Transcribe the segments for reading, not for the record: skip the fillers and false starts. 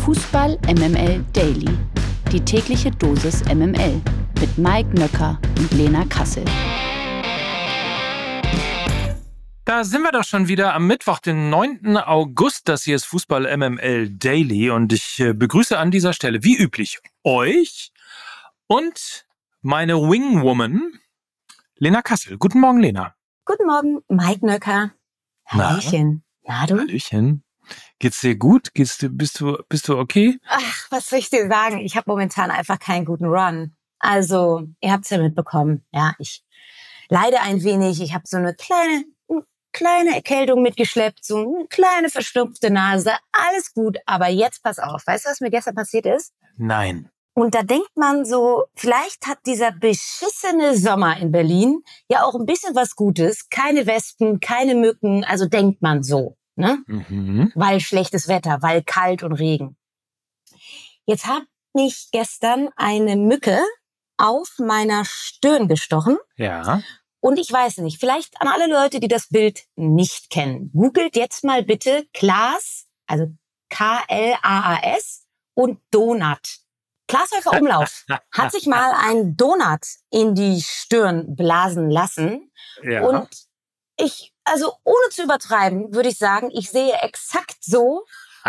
Fußball MML Daily. Die tägliche Dosis MML mit Mike Nöcker und Lena Kassel. Da sind wir doch schon wieder am Mittwoch, den 9. August. Das hier ist Fußball MML Daily und ich begrüße an dieser Stelle wie üblich euch und meine Wingwoman Lena Kassel. Guten Morgen, Lena. Guten Morgen, Mike Nöcker. Hallöchen. Na du? Hallöchen. Geht's dir gut? Bist du okay? Ach, was soll ich dir sagen? Ich habe momentan einfach keinen guten Run. Also, ihr habt's ja mitbekommen. Ja, ich leide ein wenig. Ich habe so eine kleine Erkältung mitgeschleppt, so eine kleine verstopfte Nase. Alles gut, aber jetzt pass auf. Weißt du, was mir gestern passiert ist? Nein. Und da denkt man so, vielleicht hat dieser beschissene Sommer in Berlin ja auch ein bisschen was Gutes. Keine Wespen, keine Mücken, also denkt man so, ne? Weil schlechtes Wetter, weil kalt und Regen. Jetzt hat mich gestern eine Mücke auf meiner Stirn gestochen. Ja. Und ich weiß nicht, vielleicht an alle Leute, die das Bild nicht kennen. Googelt jetzt mal bitte Klaas, also Klaas und Donut. Klaas-Häufer Umlauf hat sich mal einen Donut in die Stirn blasen lassen. Ja. Und ich, also ohne zu übertreiben, würde ich sagen, ich sehe exakt so.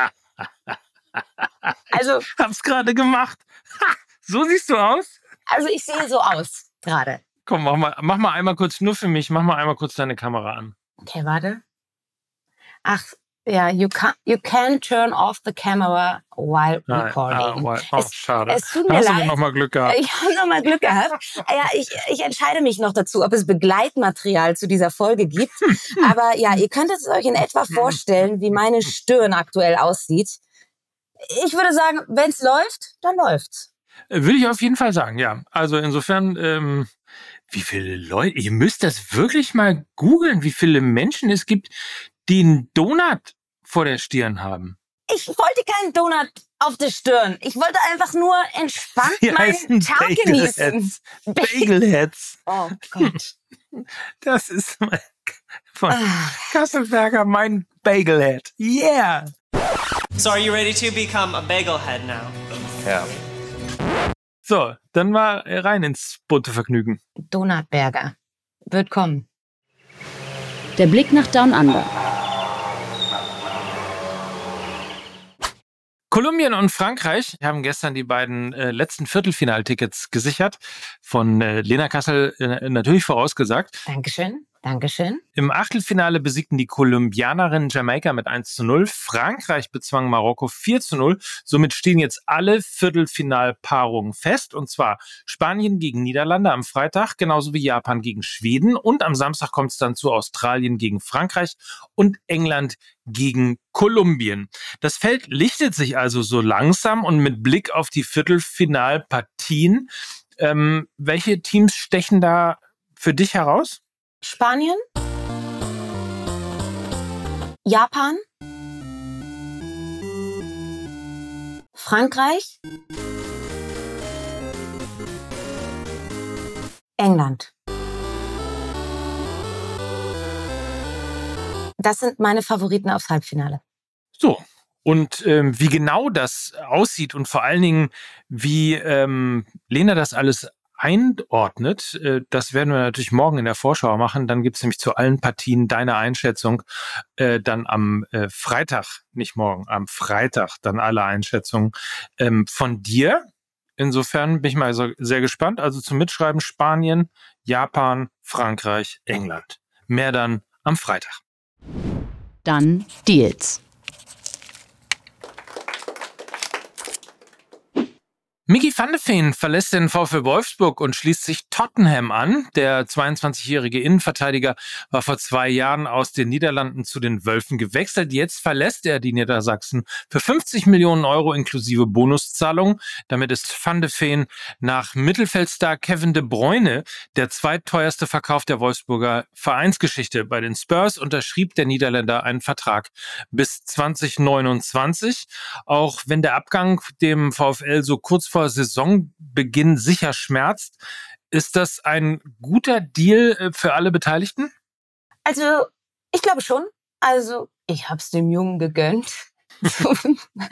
Also, Hab's gerade gemacht. Ha, so siehst du aus? Also ich sehe so aus gerade. Komm, mach mal einmal kurz, nur für mich, mach mal einmal kurz deine Kamera an. Okay, warte. Ach, ja, you can turn off the camera while recording. Schade. Es tut mir Hast leid. du noch mal Glück gehabt? Ich habe noch mal Glück gehabt. Ja, ich entscheide mich noch dazu, ob es Begleitmaterial zu dieser Folge gibt. Aber ja, ihr könnt es euch in etwa vorstellen, wie meine Stirn aktuell aussieht. Ich würde sagen, wenn es läuft, dann läuft's. Würde ich auf jeden Fall sagen, ja. Also insofern, wie viele Leute, ihr müsst das wirklich mal googeln, wie viele Menschen es gibt, die einen Donut vor der Stirn haben. Ich wollte keinen Donut auf der Stirn. Ich wollte einfach nur entspannt meinen Tag genießen. Bagelheads. Oh Gott. Das ist von Kasselberger mein Bagelhead. Yeah. So are you ready to become a bagelhead now? Ja. So, dann mal rein ins bunte Vergnügen. Donutberger. Wird kommen. Der Blick nach Down Under. Kolumbien und Frankreich haben gestern die beiden letzten Viertelfinaltickets gesichert. Von Lena Kassel natürlich vorausgesagt. Dankeschön. Im Achtelfinale besiegten die Kolumbianerinnen Jamaika mit 1:0. Frankreich bezwang Marokko 4:0. Somit stehen jetzt alle Viertelfinalpaarungen fest. Und zwar Spanien gegen Niederlande am Freitag, genauso wie Japan gegen Schweden. Und am Samstag kommt es dann zu Australien gegen Frankreich und England gegen Kolumbien. Das Feld lichtet sich also so langsam und mit Blick auf die Viertelfinalpartien. Welche Teams stechen da für dich heraus? Spanien, Japan, Frankreich, England. Das sind meine Favoriten aufs Halbfinale. So, und wie genau das aussieht und vor allen Dingen, wie Lena das alles einordnet, das werden wir natürlich morgen in der Vorschau machen. Dann gibt es nämlich zu allen Partien deine Einschätzung dann am Freitag, nicht morgen, am Freitag dann alle Einschätzungen von dir. Insofern bin ich mal so sehr gespannt. Also zum Mitschreiben Spanien, Japan, Frankreich, England. Mehr dann am Freitag. Dann Deals. Micky van de Ven verlässt den VfL Wolfsburg und schließt sich Tottenham an. Der 22-jährige Innenverteidiger war vor 2 Jahren aus den Niederlanden zu den Wölfen gewechselt. Jetzt verlässt er die Niedersachsen für 50 Millionen Euro inklusive Bonuszahlung. Damit ist Van de Ven nach Mittelfeldstar Kevin De Bruyne der zweitteuerste Verkauf der Wolfsburger Vereinsgeschichte. Bei den Spurs unterschrieb der Niederländer einen Vertrag bis 2029. Auch wenn der Abgang dem VfL so kurz vor Saisonbeginn sicher schmerzt, ist das ein guter Deal für alle Beteiligten? Also, ich glaube schon. Also, ich hab's dem Jungen gegönnt.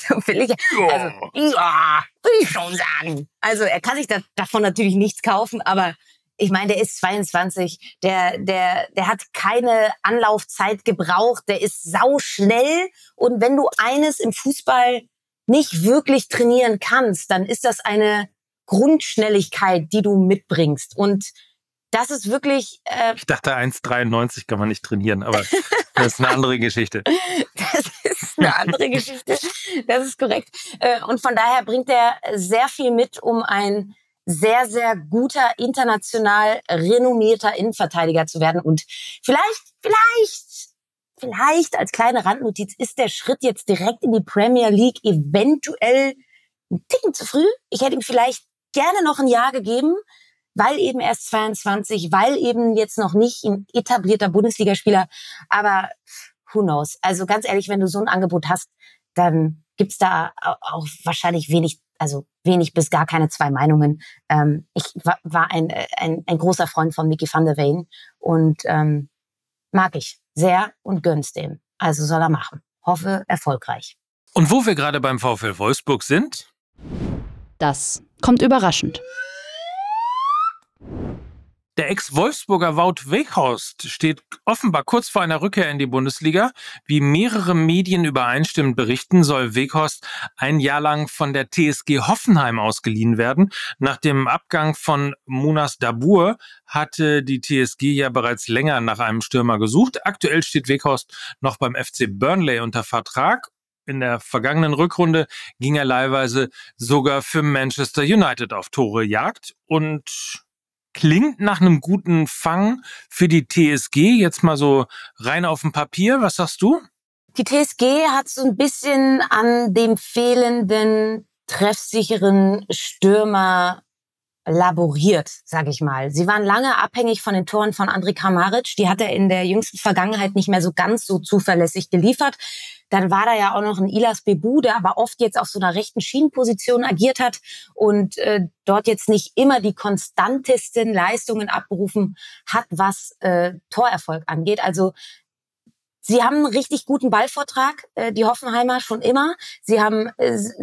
will ich schon sagen. Also er kann sich davon natürlich nichts kaufen, aber ich meine, der ist 22, der hat keine Anlaufzeit gebraucht, der ist sauschnell. Und wenn du eines im Fußball nicht wirklich trainieren kannst, dann ist das eine Grundschnelligkeit, die du mitbringst. Und das ist wirklich... ich dachte, 1,93 kann man nicht trainieren, aber das ist eine andere Geschichte. Das ist eine andere Geschichte, das ist korrekt. Und von daher bringt er sehr viel mit, um ein sehr, sehr guter, international renommierter Innenverteidiger zu werden. Und vielleicht als kleine Randnotiz ist der Schritt jetzt direkt in die Premier League eventuell ein Ticken zu früh. Ich hätte ihm vielleicht gerne noch ein Jahr gegeben, weil eben erst 22, weil eben jetzt noch nicht ein etablierter Bundesligaspieler. Aber who knows? Also ganz ehrlich, wenn du so ein Angebot hast, dann gibt's da auch wahrscheinlich wenig bis gar keine zwei Meinungen. Ich war ein großer Freund von Mickey van der Ven und mag ich sehr und gönn's dem. Also soll er machen. Hoffe, erfolgreich. Und wo wir gerade beim VfL Wolfsburg sind? Das kommt überraschend. Der Ex-Wolfsburger Wout Weghorst steht offenbar kurz vor einer Rückkehr in die Bundesliga. Wie mehrere Medien übereinstimmend berichten, soll Weghorst ein Jahr lang von der TSG Hoffenheim ausgeliehen werden. Nach dem Abgang von Munas Dabbur hatte die TSG ja bereits länger nach einem Stürmer gesucht. Aktuell steht Weghorst noch beim FC Burnley unter Vertrag. In der vergangenen Rückrunde ging er leihweise sogar für Manchester United auf Torejagd und klingt nach einem guten Fang für die TSG, jetzt mal so rein auf dem Papier. Was sagst du? Die TSG hat so ein bisschen an dem fehlenden, treffsicheren Stürmer laboriert, sage ich mal. Sie waren lange abhängig von den Toren von Andrej Kramaric. Die hat er in der jüngsten Vergangenheit nicht mehr so ganz so zuverlässig geliefert. Dann war da ja auch noch ein Ilas Bebu, der aber oft jetzt auf so einer rechten Schienenposition agiert hat und dort jetzt nicht immer die konstantesten Leistungen abgerufen hat, was Torerfolg angeht. Also sie haben einen richtig guten Ballvortrag, die Hoffenheimer schon immer. Sie haben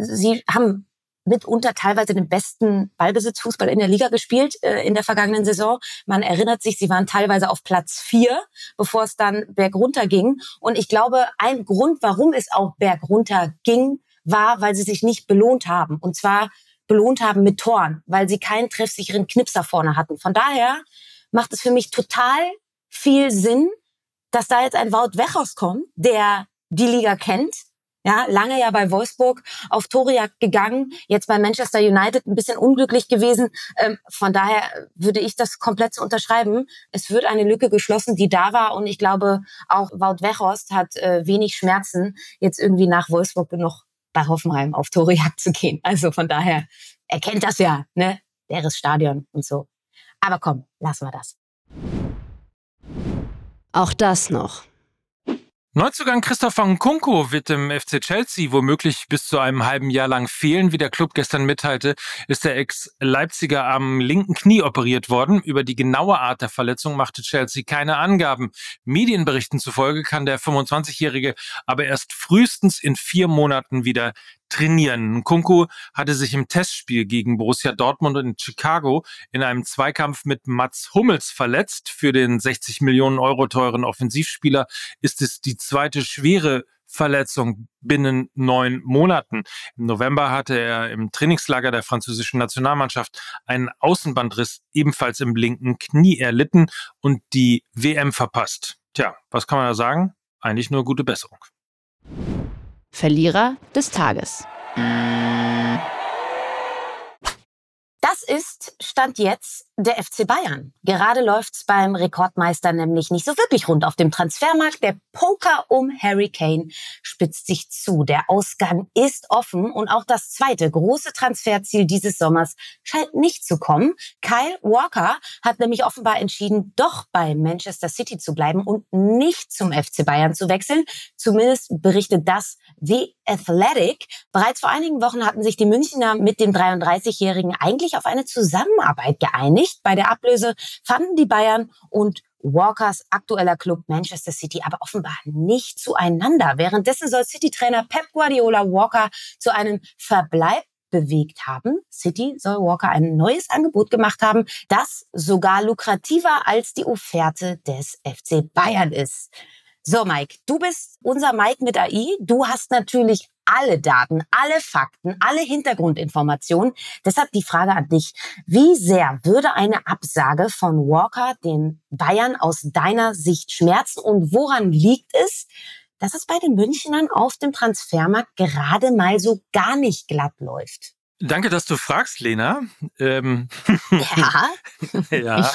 mitunter teilweise den besten Ballbesitzfußball in der Liga gespielt in der vergangenen Saison. Man erinnert sich, sie waren teilweise auf Platz 4, bevor es dann bergunter ging. Und ich glaube, ein Grund, warum es auch bergunter ging, war, weil sie sich nicht belohnt haben. Und zwar belohnt haben mit Toren, weil sie keinen treffsicheren Knipser vorne hatten. Von daher macht es für mich total viel Sinn, dass da jetzt ein Wout Weghorst kommt, der die Liga kennt. Ja, lange ja bei Wolfsburg auf Torejagd gegangen, jetzt bei Manchester United ein bisschen unglücklich gewesen. Von daher würde ich das komplett so unterschreiben. Es wird eine Lücke geschlossen, die da war. Und ich glaube, auch Wout Weghorst hat wenig Schmerzen, jetzt irgendwie nach Wolfsburg noch bei Hoffenheim auf Torejagd zu gehen. Also von daher, er kennt das ja, ne? Leeres Stadion und so. Aber komm, lassen wir das. Auch das noch. Neuzugang Christopher Nkunku wird dem FC Chelsea womöglich bis zu einem halben Jahr lang fehlen. Wie der Club gestern mitteilte, ist der Ex-Leipziger am linken Knie operiert worden. Über die genaue Art der Verletzung machte Chelsea keine Angaben. Medienberichten zufolge kann der 25-Jährige aber erst frühestens in 4 Monaten wieder trainieren. Nkunku hatte sich im Testspiel gegen Borussia Dortmund in Chicago in einem Zweikampf mit Mats Hummels verletzt. Für den 60 Millionen Euro teuren Offensivspieler ist es die zweite schwere Verletzung binnen 9 Monaten. Im November hatte er im Trainingslager der französischen Nationalmannschaft einen Außenbandriss ebenfalls im linken Knie erlitten und die WM verpasst. Tja, was kann man da sagen? Eigentlich nur gute Besserung. Verlierer des Tages. Das ist, Stand jetzt, der FC Bayern. Gerade läuft's beim Rekordmeister nämlich nicht so wirklich rund auf dem Transfermarkt. Der Poker um Harry Kane spitzt sich zu. Der Ausgang ist offen und auch das zweite große Transferziel dieses Sommers scheint nicht zu kommen. Kyle Walker hat nämlich offenbar entschieden, doch bei Manchester City zu bleiben und nicht zum FC Bayern zu wechseln. Zumindest berichtet das The Athletic. Bereits vor einigen Wochen hatten sich die Münchner mit dem 33-Jährigen eigentlich auf eine Zusammenarbeit geeinigt. Bei der Ablöse fanden die Bayern und Walkers aktueller Club Manchester City aber offenbar nicht zueinander. Währenddessen soll City-Trainer Pep Guardiola Walker zu einem Verbleib bewegt haben. City soll Walker ein neues Angebot gemacht haben, das sogar lukrativer als die Offerte des FC Bayern ist. So, Mike, du bist unser Mike mit AI. Du hast natürlich alle Daten, alle Fakten, alle Hintergrundinformationen. Deshalb die Frage an dich. Wie sehr würde eine Absage von Walker den Bayern aus deiner Sicht schmerzen und woran liegt es, dass es bei den Münchnern auf dem Transfermarkt gerade mal so gar nicht glatt läuft? Danke, dass du fragst, Lena. Ja. Ja.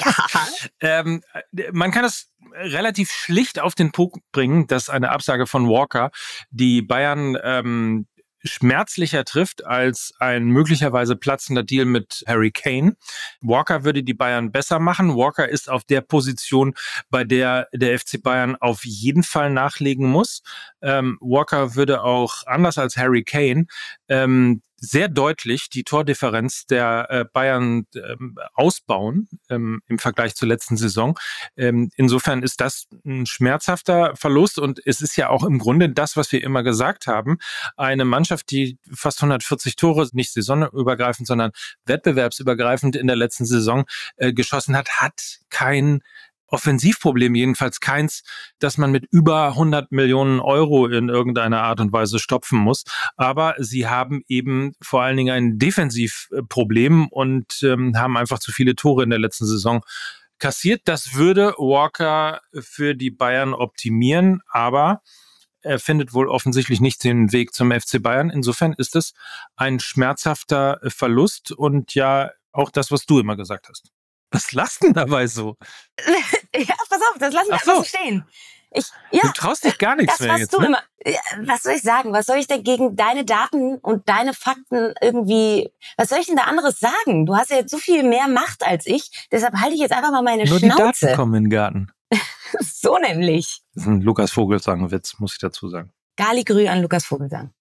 Man kann es relativ schlicht auf den Punkt bringen, dass eine Absage von Walker die Bayern schmerzlicher trifft als ein möglicherweise platzender Deal mit Harry Kane. Walker würde die Bayern besser machen. Walker ist auf der Position, bei der der FC Bayern auf jeden Fall nachlegen muss. Walker würde auch, anders als Harry Kane, sehr deutlich die Tordifferenz der Bayern ausbauen im Vergleich zur letzten Saison. Insofern ist das ein schmerzhafter Verlust und es ist ja auch im Grunde das, was wir immer gesagt haben. Eine Mannschaft, die fast 140 Tore, nicht saisonübergreifend, sondern wettbewerbsübergreifend in der letzten Saison geschossen hat, hat kein Offensivproblem, jedenfalls keins, dass man mit über 100 Millionen Euro in irgendeiner Art und Weise stopfen muss. Aber sie haben eben vor allen Dingen ein Defensivproblem und haben einfach zu viele Tore in der letzten Saison kassiert. Das würde Walker für die Bayern optimieren, aber er findet wohl offensichtlich nicht den Weg zum FC Bayern. Insofern ist es ein schmerzhafter Verlust und ja auch das, was du immer gesagt hast. Was lachst denn dabei so? Ja, pass auf, das lassen wir einfach so stehen. Du traust dich gar nichts mehr jetzt, ne? Immer. Ja, was soll ich sagen? Was soll ich denn gegen deine Daten und deine Fakten irgendwie, was soll ich denn da anderes sagen? Du hast ja jetzt so viel mehr Macht als ich, deshalb halte ich jetzt einfach mal meine Schnauze. Nur die Daten kommen in den Garten. So nämlich. Das ist ein Lukas Vogelsang-Witz, muss ich dazu sagen. Galligrü an Lukas Vogelsang.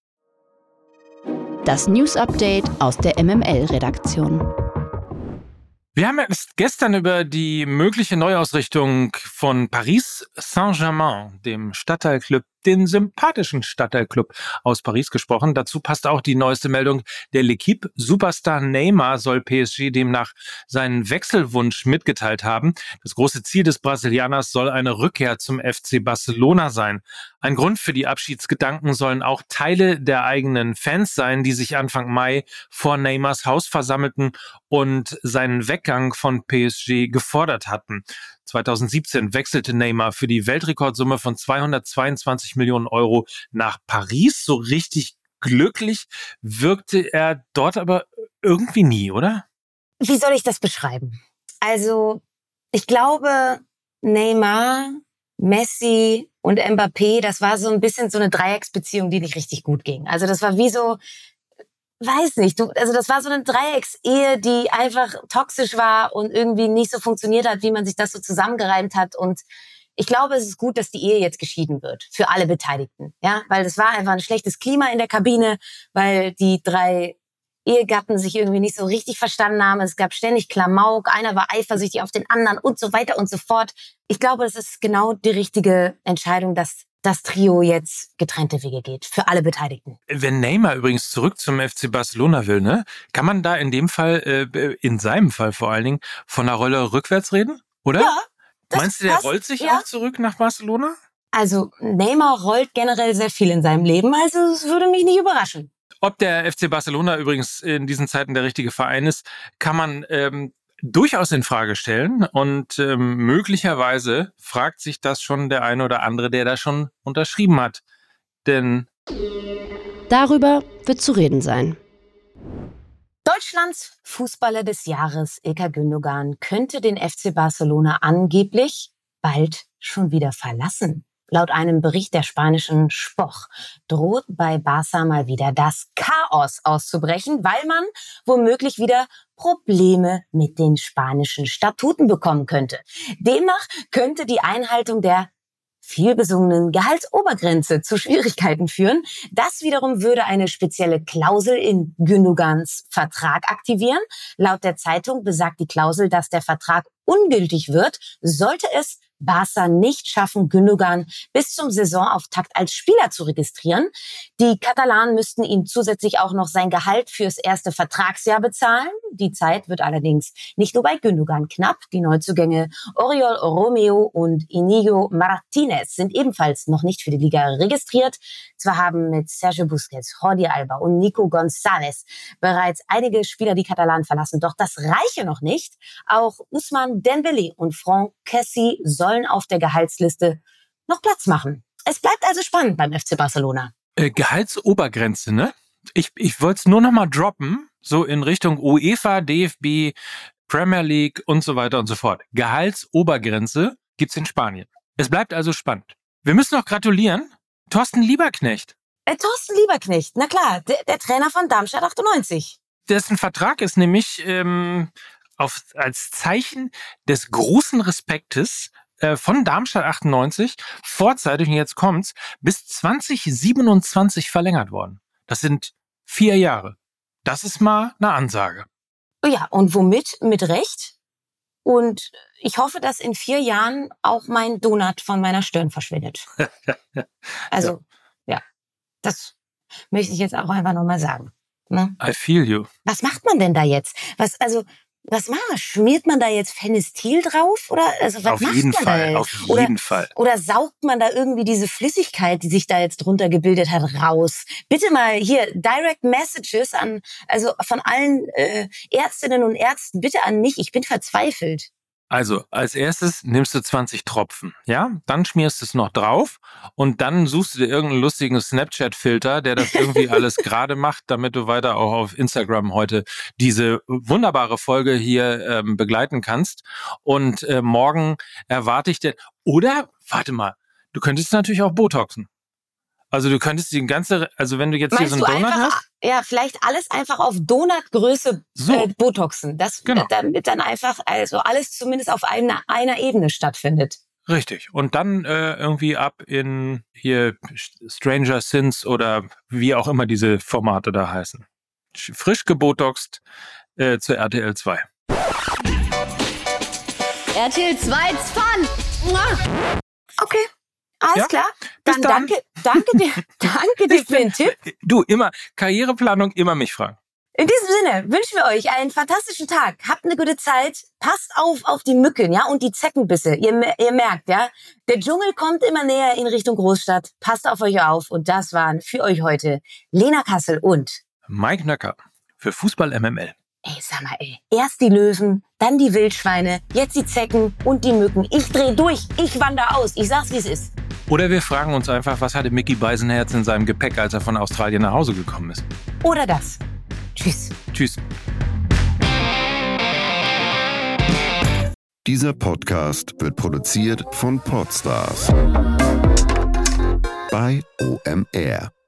Das News-Update aus der MML-Redaktion. Wir haben erst gestern über die mögliche Neuausrichtung von Paris Saint-Germain, dem Stadtteilclub, den sympathischen Stadtteilclub aus Paris gesprochen. Dazu passt auch die neueste Meldung der L'Équipe. Superstar Neymar soll PSG demnach seinen Wechselwunsch mitgeteilt haben. Das große Ziel des Brasilianers soll eine Rückkehr zum FC Barcelona sein. Ein Grund für die Abschiedsgedanken sollen auch Teile der eigenen Fans sein, die sich Anfang Mai vor Neymars Haus versammelten und seinen Weggang von PSG gefordert hatten. 2017 wechselte Neymar für die Weltrekordsumme von 222 Millionen Euro nach Paris. So richtig glücklich wirkte er dort aber irgendwie nie, oder? Wie soll ich das beschreiben? Also, ich glaube, Neymar, Messi und Mbappé, das war so ein bisschen so eine Dreiecksbeziehung, die nicht richtig gut ging. Also das war wie so, weiß nicht, das war so eine Dreiecksehe, die einfach toxisch war und irgendwie nicht so funktioniert hat, wie man sich das so zusammengereimt hat. Und ich glaube, es ist gut, dass die Ehe jetzt geschieden wird für alle Beteiligten, ja, weil es war einfach ein schlechtes Klima in der Kabine, weil die drei Ehegatten sich irgendwie nicht so richtig verstanden haben. Es gab ständig Klamauk, einer war eifersüchtig auf den anderen und so weiter und so fort. Ich glaube, es ist genau die richtige Entscheidung, dass das Trio jetzt getrennte Wege geht, für alle Beteiligten. Wenn Neymar übrigens zurück zum FC Barcelona will, ne, kann man da in dem Fall, in seinem Fall vor allen Dingen, von einer Rolle rückwärts reden, oder? Ja. Meinst du, der rollt sich auch zurück nach Barcelona? Also Neymar rollt generell sehr viel in seinem Leben, also es würde mich nicht überraschen. Ob der FC Barcelona übrigens in diesen Zeiten der richtige Verein ist, kann man durchaus in Frage stellen und möglicherweise fragt sich das schon der eine oder andere, der da schon unterschrieben hat. Denn darüber wird zu reden sein. Deutschlands Fußballer des Jahres Ilkay Gündoğan könnte den FC Barcelona angeblich bald schon wieder verlassen. Laut einem Bericht der spanischen Sport droht bei Barca mal wieder das Chaos auszubrechen, weil man womöglich wieder Probleme mit den spanischen Statuten bekommen könnte. Demnach könnte die Einhaltung der vielbesungenen Gehaltsobergrenze zu Schwierigkeiten führen. Das wiederum würde eine spezielle Klausel in Gündoğans Vertrag aktivieren. Laut der Zeitung besagt die Klausel, dass der Vertrag ungültig wird, sollte es Barca nicht schaffen, Gündogan bis zum Saisonauftakt als Spieler zu registrieren. Die Katalanen müssten ihm zusätzlich auch noch sein Gehalt fürs erste Vertragsjahr bezahlen. Die Zeit wird allerdings nicht nur bei Gündogan knapp. Die Neuzugänge Oriol Romeu und Inigo Martinez sind ebenfalls noch nicht für die Liga registriert. Zwar haben mit Sergio Busquets, Jordi Alba und Nico González bereits einige Spieler die Katalanen verlassen, doch das reiche noch nicht. Auch Ousmane Dembélé und Franck Kessie sollen auf der Gehaltsliste noch Platz machen. Es bleibt also spannend beim FC Barcelona. Gehaltsobergrenze, ne? Ich wollte es nur noch mal droppen, so in Richtung UEFA, DFB, Premier League und so weiter und so fort. Gehaltsobergrenze gibt's in Spanien. Es bleibt also spannend. Wir müssen noch gratulieren. Thorsten Lieberknecht. Thorsten Lieberknecht, na klar, der Trainer von Darmstadt 98. Dessen Vertrag ist nämlich als Zeichen des großen Respektes von Darmstadt 98 vorzeitig, und jetzt kommt's, bis 2027 verlängert worden. Das sind 4 Jahre. Das ist mal eine Ansage. Ja, und womit? Mit Recht. Und ich hoffe, dass in 4 Jahren auch mein Donut von meiner Stirn verschwindet. Also, ja, das möchte ich jetzt auch einfach nochmal sagen. Ne? I feel you. Was macht man denn da jetzt? Was macht man? Schmiert man da jetzt Phenestil drauf? Oder was auf macht jeden man Fall, da auf jeden Fall. Oder saugt man da irgendwie diese Flüssigkeit, die sich da jetzt drunter gebildet hat, raus? Bitte mal hier Direct Messages von allen Ärztinnen und Ärzten, bitte an mich. Ich bin verzweifelt. Also, als erstes nimmst du 20 Tropfen, ja? Dann schmierst du es noch drauf und dann suchst du dir irgendeinen lustigen Snapchat-Filter, der das irgendwie alles gerade macht, damit du weiter auch auf Instagram heute diese wunderbare Folge hier begleiten kannst. Und morgen erwarte ich oder, warte mal, du könntest natürlich auch Botoxen. Also du könntest wenn du jetzt hier so einen Donut hast. Ja, vielleicht alles einfach auf Donutgröße Botoxen. Genau. Damit dann einfach alles zumindest auf einer Ebene stattfindet. Richtig. Und dann irgendwie ab in hier Stranger Things wie auch immer diese Formate da heißen. Frisch gebotoxt zur RTL 2. RTL 2 Fun! Okay. Alles klar. Dann danke dir für den Tipp. Du, immer Karriereplanung, immer mich fragen. In diesem Sinne wünschen wir euch einen fantastischen Tag. Habt eine gute Zeit. Passt auf die Mücken, ja, und die Zeckenbisse. Ihr merkt, ja, der Dschungel kommt immer näher in Richtung Großstadt. Passt auf euch auf. Und das waren für euch heute Lena Kassel und Mike Nöcker für Fußball MML. Ey, sag mal, erst die Löwen, dann die Wildschweine, jetzt die Zecken und die Mücken. Ich dreh durch, ich wandere aus. Ich sag's, wie es ist. Oder wir fragen uns einfach, was hatte Mickey Beisenherz in seinem Gepäck, als er von Australien nach Hause gekommen ist? Oder das. Tschüss. Tschüss. Dieser Podcast wird produziert von Podstars bei OMR.